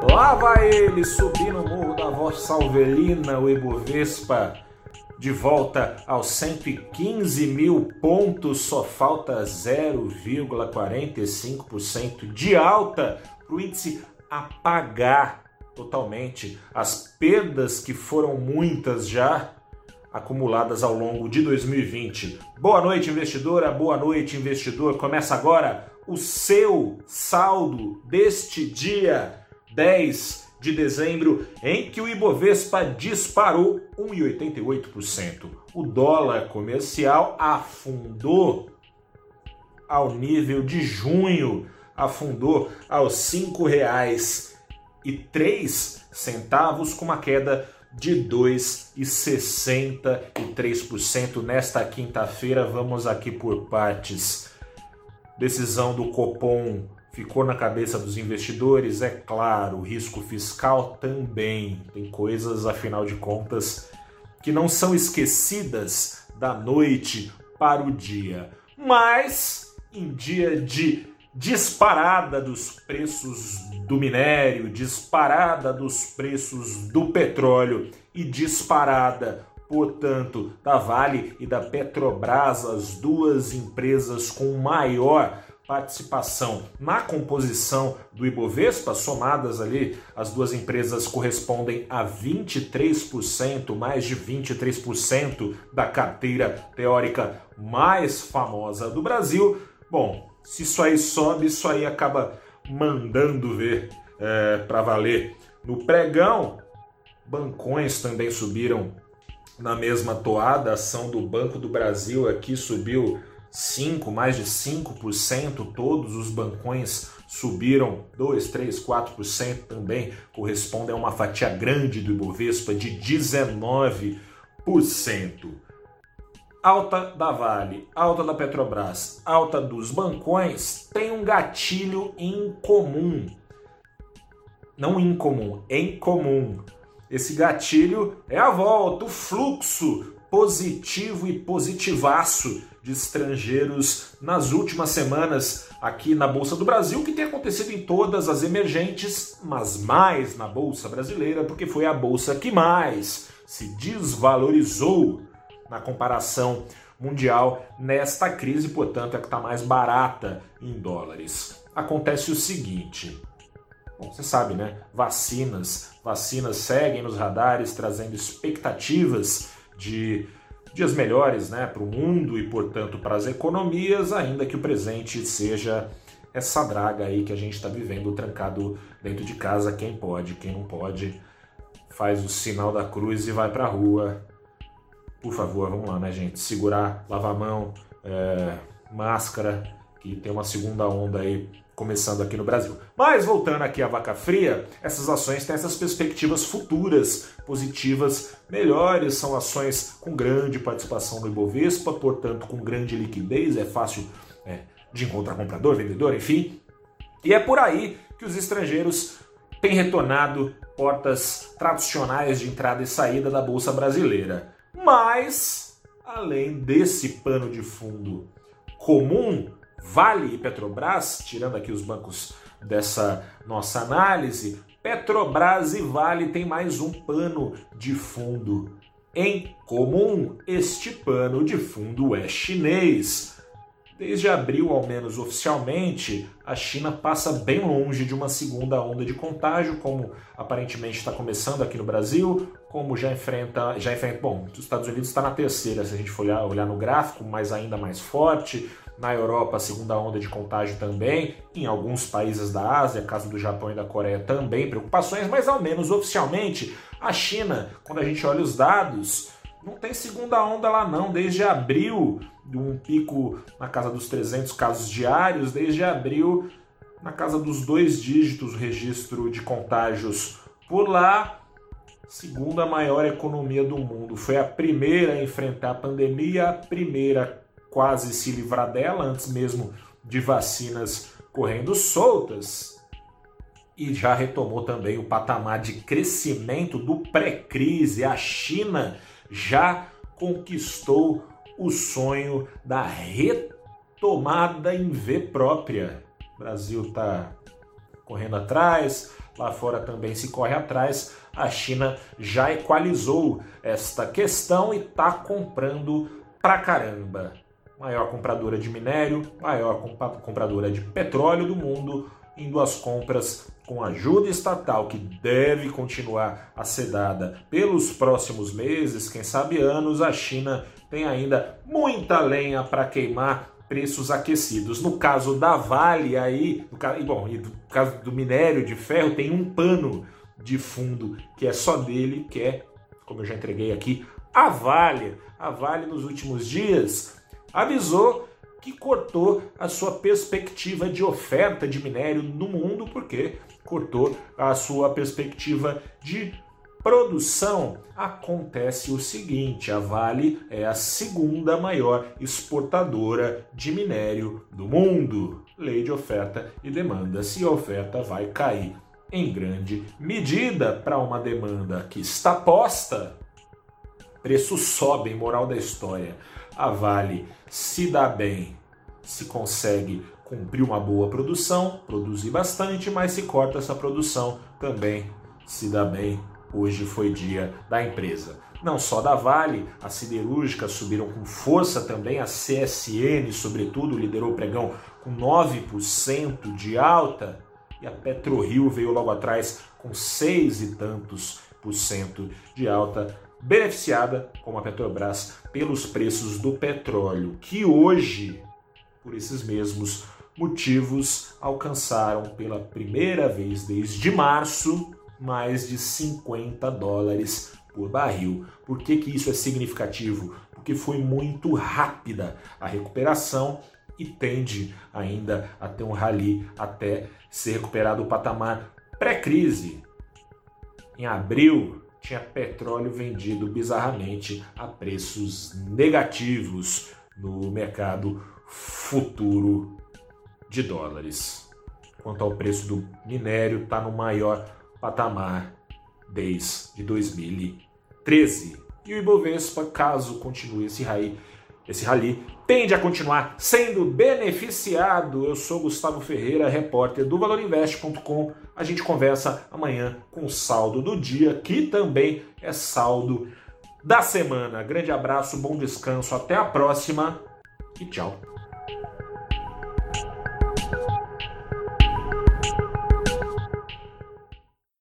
Lá vai ele subindo o morro da Voz Salvelina, o Ibovespa de volta aos 115 mil pontos, só falta 0,45% de alta para o índice apagar totalmente as perdas que foram muitas já acumuladas ao longo de 2020. Boa noite, investidora, boa noite, investidor. Começa agora o seu saldo deste dia 10 de dezembro, em que o Ibovespa disparou 1,88%. O dólar comercial afundou ao nível de junho, afundou aos R$ 5,03, com uma queda de 2,63% nesta quinta-feira. Vamos aqui por partes. Decisão do Copom ficou na cabeça dos investidores, é claro, o risco fiscal também. Tem coisas, afinal de contas, que não são esquecidas da noite para o dia. Mas, em dia de disparada dos preços do minério, disparada dos preços do petróleo e disparada, portanto, da Vale e da Petrobras, as duas empresas com maior participação na composição do Ibovespa, somadas ali, as duas empresas correspondem a 23%, mais de 23% da carteira teórica mais famosa do Brasil. Bom, se isso aí sobe, isso aí acaba mandando ver para valer. No pregão, bancões também subiram na mesma toada. A ação do Banco do Brasil aqui subiu mais de 5%, todos os bancões subiram 2%, 3%, 4% também, correspondem a uma fatia grande do Ibovespa de 19%. Alta da Vale, alta da Petrobras, alta dos bancões tem um gatilho em comum. Não incomum, em comum. Esse gatilho é a volta, o fluxo positivo e positivaço de estrangeiros nas últimas semanas aqui na Bolsa do Brasil, que tem acontecido em todas as emergentes, mas mais na Bolsa brasileira, porque foi a Bolsa que mais se desvalorizou na comparação mundial nesta crise, portanto, é que está mais barata em dólares. Acontece o seguinte, bom, você sabe, né? Vacinas seguem nos radares, trazendo expectativas de dias melhores, né, para o mundo e, portanto, para as economias, ainda que o presente seja essa draga aí que a gente está vivendo trancado dentro de casa. Quem pode, quem não pode, faz o sinal da cruz e vai para a rua. Por favor, vamos lá, né, gente? Segurar, lavar a mão, máscara, que tem uma segunda onda aí começando aqui no Brasil. Mas voltando aqui à vaca fria, essas ações têm essas perspectivas futuras positivas melhores, são ações com grande participação no Ibovespa, portanto com grande liquidez, é fácil de encontrar comprador, vendedor, enfim. E é por aí que os estrangeiros têm retornado portas tradicionais de entrada e saída da Bolsa brasileira. Mas, além desse pano de fundo comum, Vale e Petrobras, tirando aqui os bancos dessa nossa análise, Petrobras e Vale tem mais um pano de fundo em comum. Este pano de fundo é chinês. Desde abril, ao menos oficialmente, a China passa bem longe de uma segunda onda de contágio, como aparentemente está começando aqui no Brasil, como já enfrenta, bom, os Estados Unidos está na terceira, se a gente for olhar no gráfico, mas ainda mais forte. Na Europa, a segunda onda de contágio também. Em alguns países da Ásia, caso do Japão e da Coreia, também preocupações, mas ao menos oficialmente, a China, quando a gente olha os dados, não tem segunda onda lá não. Desde abril, de um pico na casa dos 300 casos diários, desde abril, na casa dos 2 dígitos o registro de contágios por lá. Segunda maior economia do mundo. Foi a primeira a enfrentar a pandemia, a primeira quase se livrar dela, antes mesmo de vacinas correndo soltas, e já retomou também o patamar de crescimento do pré-crise. A China já conquistou o sonho da retomada em V própria. O Brasil está correndo atrás, lá fora também se corre atrás. A China já equalizou esta questão e está comprando pra caramba. Maior compradora de minério, maior compradora de petróleo do mundo, indo às compras com ajuda estatal, que deve continuar a ser dada pelos próximos meses, quem sabe anos. A China tem ainda muita lenha para queimar, preços aquecidos. No caso da Vale, aí, no caso do minério de ferro, tem um pano de fundo que é só dele, que é, como eu já entreguei aqui, a Vale. A Vale, nos últimos dias, avisou que cortou a sua perspectiva de oferta de minério no mundo, porque cortou a sua perspectiva de produção. Acontece o seguinte: a Vale é a segunda maior exportadora de minério do mundo. Lei de oferta e demanda. Se a oferta vai cair em grande medida para uma demanda que está posta, preços sobem, moral da história. A Vale se dá bem, se consegue cumprir uma boa produção, produzir bastante, mas se corta essa produção, também se dá bem. Hoje foi dia da empresa. Não só da Vale, as siderúrgicas subiram com força também, a CSN, sobretudo, liderou o pregão com 9% de alta, e a PetroRio veio logo atrás com 6 e tantos por cento de alta, beneficiada, como a Petrobras, pelos preços do petróleo, que hoje, por esses mesmos motivos, alcançaram pela primeira vez desde março mais de $50 por barril. Por que isso é significativo? Porque foi muito rápida a recuperação e tende ainda a ter um rally até ser recuperado o patamar pré-crise. Em abril, tinha petróleo vendido bizarramente a preços negativos no mercado futuro de dólares. Quanto ao preço do minério, está no maior patamar desde 2013. E o Ibovespa, caso continue esse rally, tende a continuar sendo beneficiado. Eu sou Gustavo Ferreira, repórter do valorinvest.com. A gente conversa amanhã com o saldo do dia, que também é saldo da semana. Grande abraço, bom descanso, até a próxima e tchau.